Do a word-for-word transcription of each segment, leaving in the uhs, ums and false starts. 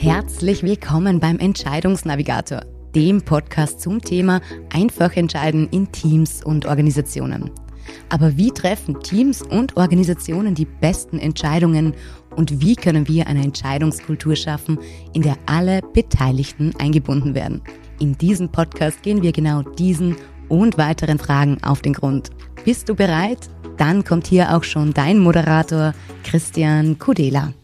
Herzlich willkommen beim Entscheidungsnavigator, dem Podcast zum Thema einfach entscheiden in Teams und Organisationen. Aber wie treffen Teams und Organisationen die besten Entscheidungen und wie können wir eine Entscheidungskultur schaffen, in der alle Beteiligten eingebunden werden? In diesem Podcast gehen wir genau diesen und weiteren Fragen auf den Grund. Bist du bereit? Dann kommt hier auch schon dein Moderator Christian Kudela.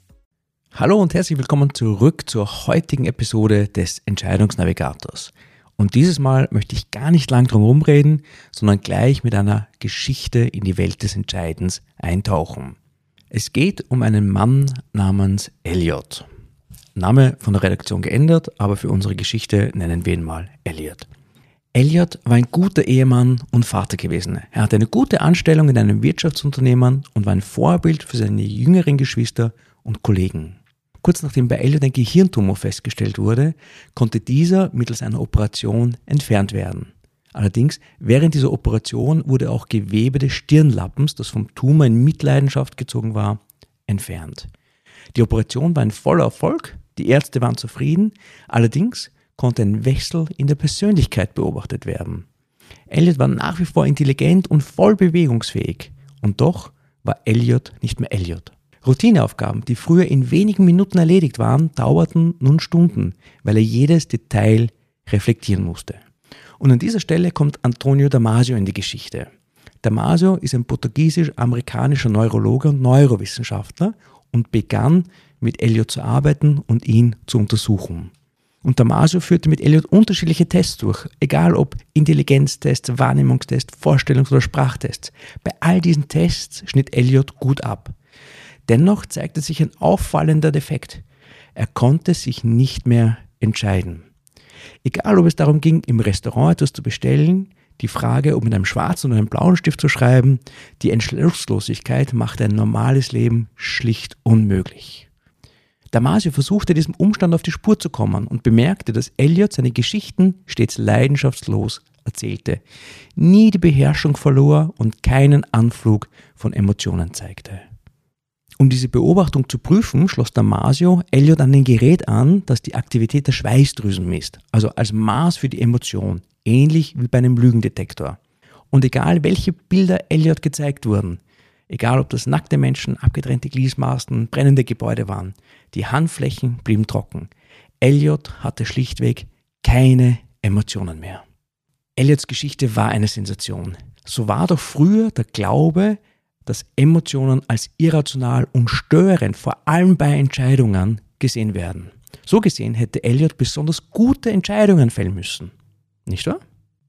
Hallo und herzlich willkommen zurück zur heutigen Episode des Entscheidungsnavigators. Und dieses Mal möchte ich gar nicht lang drum rumreden, sondern gleich mit einer Geschichte in die Welt des Entscheidens eintauchen. Es geht um einen Mann namens Elliot. Name von der Redaktion geändert, aber für unsere Geschichte nennen wir ihn mal Elliot. Elliot war ein guter Ehemann und Vater gewesen. Er hatte eine gute Anstellung in einem Wirtschaftsunternehmen und war ein Vorbild für seine jüngeren Geschwister und Kollegen. Kurz nachdem bei Elliot ein Gehirntumor festgestellt wurde, konnte dieser mittels einer Operation entfernt werden. Allerdings, während dieser Operation wurde auch Gewebe des Stirnlappens, das vom Tumor in Mitleidenschaft gezogen war, entfernt. Die Operation war ein voller Erfolg, die Ärzte waren zufrieden, allerdings konnte ein Wechsel in der Persönlichkeit beobachtet werden. Elliot war nach wie vor intelligent und voll bewegungsfähig, und doch war Elliot nicht mehr Elliot. Routineaufgaben, die früher in wenigen Minuten erledigt waren, dauerten nun Stunden, weil er jedes Detail reflektieren musste. Und an dieser Stelle kommt Antonio Damasio in die Geschichte. Damasio ist ein portugiesisch-amerikanischer Neurologe und Neurowissenschaftler und begann mit Elliot zu arbeiten und ihn zu untersuchen. Und Damasio führte mit Elliot unterschiedliche Tests durch, egal ob Intelligenztests, Wahrnehmungstests, Vorstellungs- oder Sprachtests. Bei all diesen Tests schnitt Elliot gut ab. Dennoch zeigte sich ein auffallender Defekt. Er konnte sich nicht mehr entscheiden. Egal, ob es darum ging, im Restaurant etwas zu bestellen, die Frage, ob mit einem schwarzen oder einem blauen Stift zu schreiben, die Entschlusslosigkeit machte ein normales Leben schlicht unmöglich. Damasio versuchte, diesem Umstand auf die Spur zu kommen und bemerkte, dass Elliot seine Geschichten stets leidenschaftslos erzählte, nie die Beherrschung verlor und keinen Anflug von Emotionen zeigte. Um diese Beobachtung zu prüfen, schloss Damasio Elliot an ein Gerät an, das die Aktivität der Schweißdrüsen misst, also als Maß für die Emotion, ähnlich wie bei einem Lügendetektor. Und egal, welche Bilder Elliot gezeigt wurden, egal ob das nackte Menschen, abgetrennte Gliesmaßen, brennende Gebäude waren, die Handflächen blieben trocken. Elliot hatte schlichtweg keine Emotionen mehr. Elliots Geschichte war eine Sensation. So war doch früher der Glaube, dass Emotionen als irrational und störend, vor allem bei Entscheidungen, gesehen werden. So gesehen hätte Elliot besonders gute Entscheidungen fällen müssen. Nicht wahr?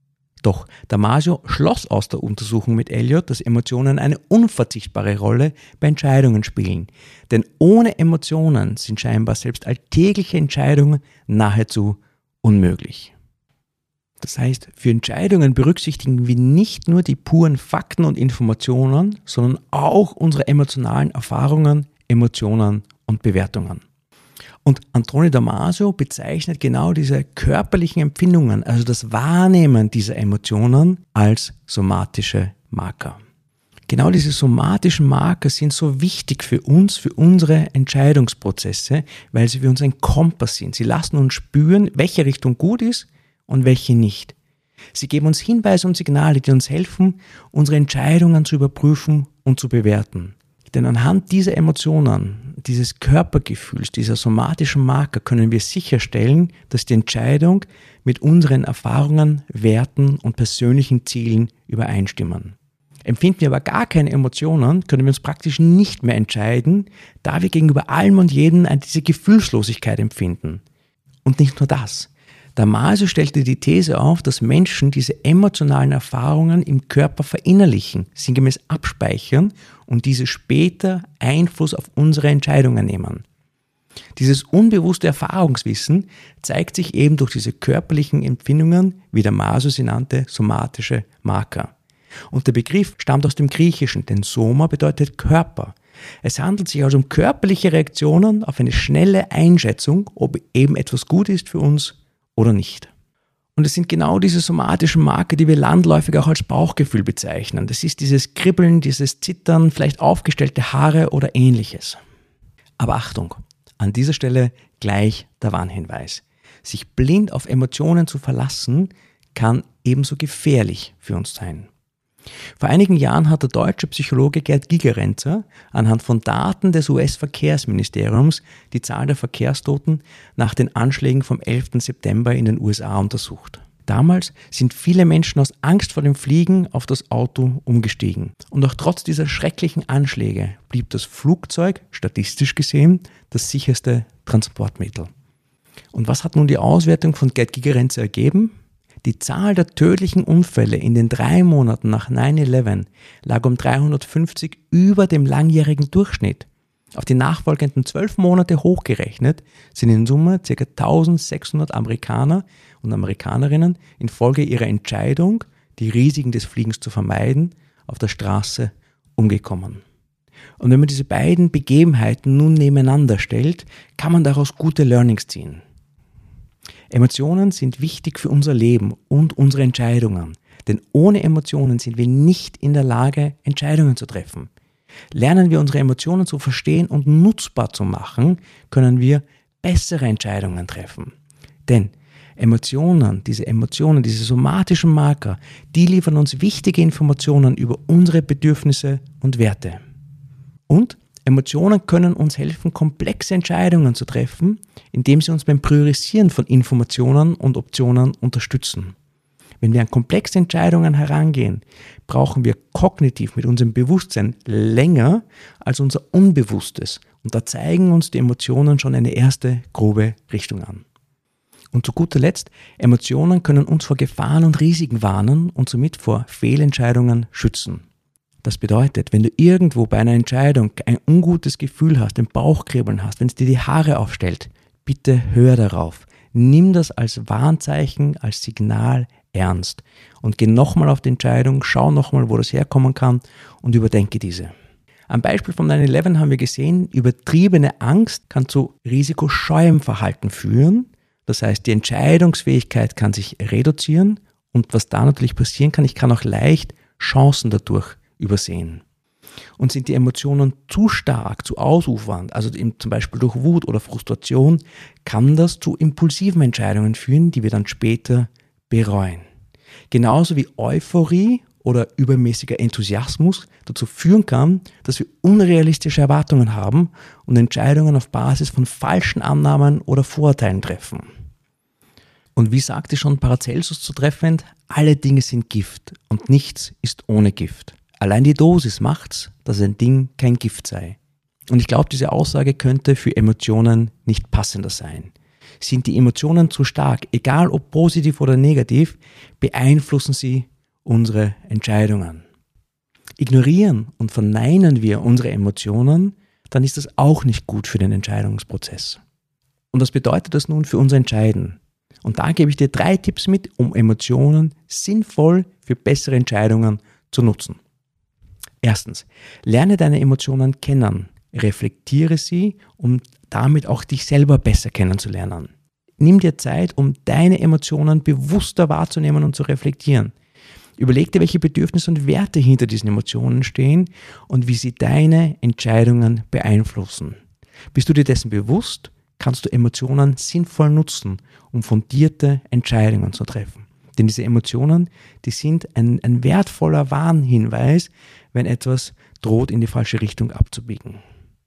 Doch Damasio schloss aus der Untersuchung mit Elliot, dass Emotionen eine unverzichtbare Rolle bei Entscheidungen spielen. Denn ohne Emotionen sind scheinbar selbst alltägliche Entscheidungen nahezu unmöglich. Das heißt, für Entscheidungen berücksichtigen wir nicht nur die puren Fakten und Informationen, sondern auch unsere emotionalen Erfahrungen, Emotionen und Bewertungen. Und Antonio Damasio bezeichnet genau diese körperlichen Empfindungen, also das Wahrnehmen dieser Emotionen, als somatische Marker. Genau diese somatischen Marker sind so wichtig für uns, für unsere Entscheidungsprozesse, weil sie für uns ein Kompass sind. Sie lassen uns spüren, welche Richtung gut ist und welche nicht. Sie geben uns Hinweise und Signale, die uns helfen, unsere Entscheidungen zu überprüfen und zu bewerten. Denn anhand dieser Emotionen, dieses Körpergefühls, dieser somatischen Marker können wir sicherstellen, dass die Entscheidung mit unseren Erfahrungen, Werten und persönlichen Zielen übereinstimmen. Empfinden wir aber gar keine Emotionen, können wir uns praktisch nicht mehr entscheiden, da wir gegenüber allem und jedem diese Gefühlslosigkeit empfinden. Und nicht nur das. Damasio stellte die These auf, dass Menschen diese emotionalen Erfahrungen im Körper verinnerlichen, sinngemäß abspeichern und diese später Einfluss auf unsere Entscheidungen nehmen. Dieses unbewusste Erfahrungswissen zeigt sich eben durch diese körperlichen Empfindungen, wie Damasio sie nannte, somatische Marker. Und der Begriff stammt aus dem Griechischen, denn Soma bedeutet Körper. Es handelt sich also um körperliche Reaktionen auf eine schnelle Einschätzung, ob eben etwas gut ist für uns oder nicht. Und es sind genau diese somatischen Marker, die wir landläufig auch als Bauchgefühl bezeichnen. Das ist dieses Kribbeln, dieses Zittern, vielleicht aufgestellte Haare oder ähnliches. Aber Achtung, An dieser Stelle gleich der Warnhinweis. Sich blind auf Emotionen zu verlassen, kann ebenso gefährlich für uns sein. Vor einigen Jahren hat der deutsche Psychologe Gerd Gigerenzer anhand von Daten des U S-Verkehrsministeriums die Zahl der Verkehrstoten nach den Anschlägen vom elften September in den U S A untersucht. Damals sind viele Menschen aus Angst vor dem Fliegen auf das Auto umgestiegen. Und auch trotz dieser schrecklichen Anschläge blieb das Flugzeug, statistisch gesehen, das sicherste Transportmittel. Und was hat nun die Auswertung von Gerd Gigerenzer ergeben? Die Zahl der tödlichen Unfälle in den drei Monaten nach neun elf lag um dreihundertfünfzig über dem langjährigen Durchschnitt. Auf die nachfolgenden zwölf Monate hochgerechnet sind in Summe ca. eintausendsechshundert Amerikaner und Amerikanerinnen infolge ihrer Entscheidung, die Risiken des Fliegens zu vermeiden, auf der Straße umgekommen. Und wenn man diese beiden Begebenheiten nun nebeneinander stellt, kann man daraus gute Learnings ziehen. Emotionen sind wichtig für unser Leben und unsere Entscheidungen, denn ohne Emotionen sind wir nicht in der Lage, Entscheidungen zu treffen. Lernen wir unsere Emotionen zu verstehen und nutzbar zu machen, können wir bessere Entscheidungen treffen. Denn Emotionen, diese Emotionen, diese somatischen Marker, die liefern uns wichtige Informationen über unsere Bedürfnisse und Werte. Und Emotionen können uns helfen, komplexe Entscheidungen zu treffen, indem sie uns beim Priorisieren von Informationen und Optionen unterstützen. Wenn wir an komplexe Entscheidungen herangehen, brauchen wir kognitiv mit unserem Bewusstsein länger als unser Unbewusstes. Und da zeigen uns die Emotionen schon eine erste grobe Richtung an. Und zu guter Letzt, Emotionen können uns vor Gefahren und Risiken warnen und somit vor Fehlentscheidungen schützen. Das bedeutet, wenn du irgendwo bei einer Entscheidung ein ungutes Gefühl hast, ein Bauchkribbeln hast, wenn es dir die Haare aufstellt, bitte hör darauf. Nimm das als Warnzeichen, als Signal ernst und geh nochmal auf die Entscheidung, schau nochmal, wo das herkommen kann und überdenke diese. Am Beispiel von neun elf haben wir gesehen, übertriebene Angst kann zu risikoscheuem Verhalten führen. Das heißt, die Entscheidungsfähigkeit kann sich reduzieren und was da natürlich passieren kann, ich kann auch leicht Chancen dadurch übersehen. Und sind die Emotionen zu stark, zu ausufernd, also eben zum Beispiel durch Wut oder Frustration, kann das zu impulsiven Entscheidungen führen, die wir dann später bereuen. Genauso wie Euphorie oder übermäßiger Enthusiasmus dazu führen kann, dass wir unrealistische Erwartungen haben und Entscheidungen auf Basis von falschen Annahmen oder Vorurteilen treffen. Und wie sagte schon Paracelsus zutreffend, alle Dinge sind Gift und nichts ist ohne Gift. Allein die Dosis macht's, dass ein Ding kein Gift sei. Und ich glaube, diese Aussage könnte für Emotionen nicht passender sein. Sind die Emotionen zu stark, egal ob positiv oder negativ, beeinflussen sie unsere Entscheidungen. Ignorieren und verneinen wir unsere Emotionen, dann ist das auch nicht gut für den Entscheidungsprozess. Und was bedeutet das nun für unser Entscheiden? Und da gebe ich dir drei Tipps mit, um Emotionen sinnvoll für bessere Entscheidungen zu nutzen. Erstens, lerne deine Emotionen kennen, reflektiere sie, um damit auch dich selber besser kennenzulernen. Nimm dir Zeit, um deine Emotionen bewusster wahrzunehmen und zu reflektieren. Überleg dir, welche Bedürfnisse und Werte hinter diesen Emotionen stehen und wie sie deine Entscheidungen beeinflussen. Bist du dir dessen bewusst, kannst du Emotionen sinnvoll nutzen, um fundierte Entscheidungen zu treffen. Denn diese Emotionen, die sind ein, ein wertvoller Warnhinweis, wenn etwas droht, in die falsche Richtung abzubiegen.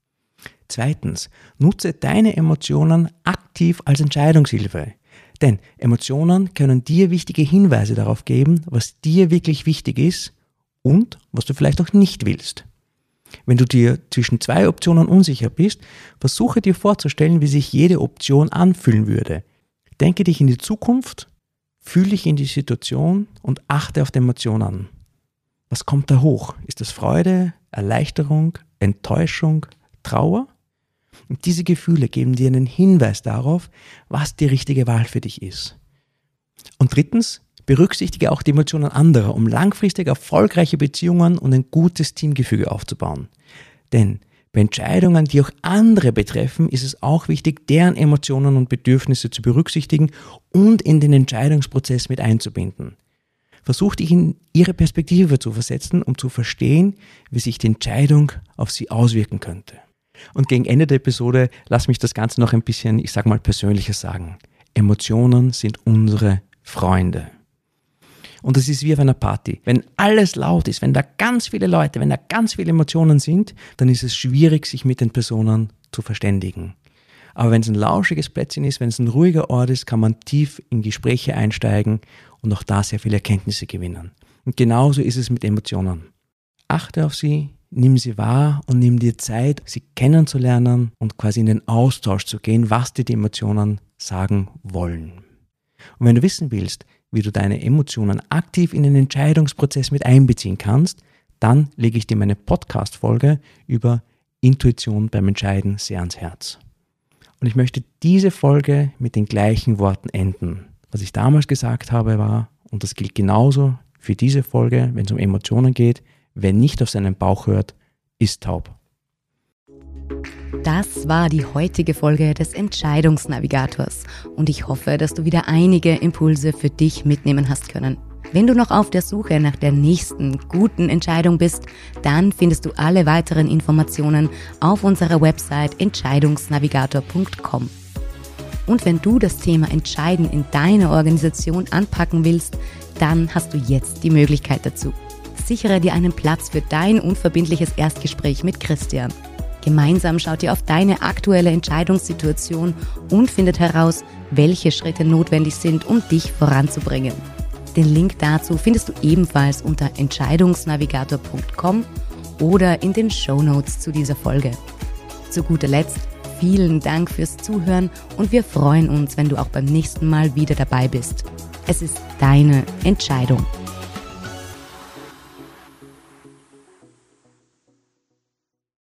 Zweitens, nutze deine Emotionen aktiv als Entscheidungshilfe. Denn Emotionen können dir wichtige Hinweise darauf geben, was dir wirklich wichtig ist und was du vielleicht auch nicht willst. Wenn du dir zwischen zwei Optionen unsicher bist, versuche dir vorzustellen, wie sich jede Option anfühlen würde. Denke dich in die Zukunft, fühle dich in die Situation und achte auf die Emotionen. Was kommt da hoch? Ist das Freude, Erleichterung, Enttäuschung, Trauer? Und diese Gefühle geben dir einen Hinweis darauf, was die richtige Wahl für dich ist. Und drittens, berücksichtige auch die Emotionen anderer, um langfristig erfolgreiche Beziehungen und ein gutes Teamgefüge aufzubauen. Denn bei Entscheidungen, die auch andere betreffen, ist es auch wichtig, deren Emotionen und Bedürfnisse zu berücksichtigen und in den Entscheidungsprozess mit einzubinden. Versuch dich in ihre Perspektive zu versetzen, um zu verstehen, wie sich die Entscheidung auf sie auswirken könnte. Und gegen Ende der Episode lass mich das Ganze noch ein bisschen, ich sag mal, persönlicher sagen. Emotionen sind unsere Freunde. Und es ist wie auf einer Party. Wenn alles laut ist, wenn da ganz viele Leute, wenn da ganz viele Emotionen sind, dann ist es schwierig, sich mit den Personen zu verständigen. Aber wenn es ein lauschiges Plätzchen ist, wenn es ein ruhiger Ort ist, kann man tief in Gespräche einsteigen und auch da sehr viele Erkenntnisse gewinnen. Und genauso ist es mit Emotionen. Achte auf sie, nimm sie wahr und nimm dir Zeit, sie kennenzulernen und quasi in den Austausch zu gehen, was dir die Emotionen sagen wollen. Und wenn du wissen willst, wie du deine Emotionen aktiv in den Entscheidungsprozess mit einbeziehen kannst, dann lege ich dir meine Podcast-Folge über Intuition beim Entscheiden sehr ans Herz. Und ich möchte diese Folge mit den gleichen Worten enden. Was ich damals gesagt habe war, und das gilt genauso für diese Folge, wenn es um Emotionen geht, wer nicht auf seinen Bauch hört, ist taub. Das war die heutige Folge des Entscheidungsnavigators und ich hoffe, dass du wieder einige Impulse für dich mitnehmen hast können. Wenn du noch auf der Suche nach der nächsten guten Entscheidung bist, dann findest du alle weiteren Informationen auf unserer Website entscheidungsnavigator punkt com. Und wenn du das Thema Entscheiden in deiner Organisation anpacken willst, dann hast du jetzt die Möglichkeit dazu. Sichere dir einen Platz für dein unverbindliches Erstgespräch mit Christian. Gemeinsam schaut ihr auf deine aktuelle Entscheidungssituation und findet heraus, welche Schritte notwendig sind, um dich voranzubringen. Den Link dazu findest du ebenfalls unter entscheidungsnavigator punkt com oder in den Shownotes zu dieser Folge. Zu guter Letzt, vielen Dank fürs Zuhören und wir freuen uns, wenn du auch beim nächsten Mal wieder dabei bist. Es ist deine Entscheidung.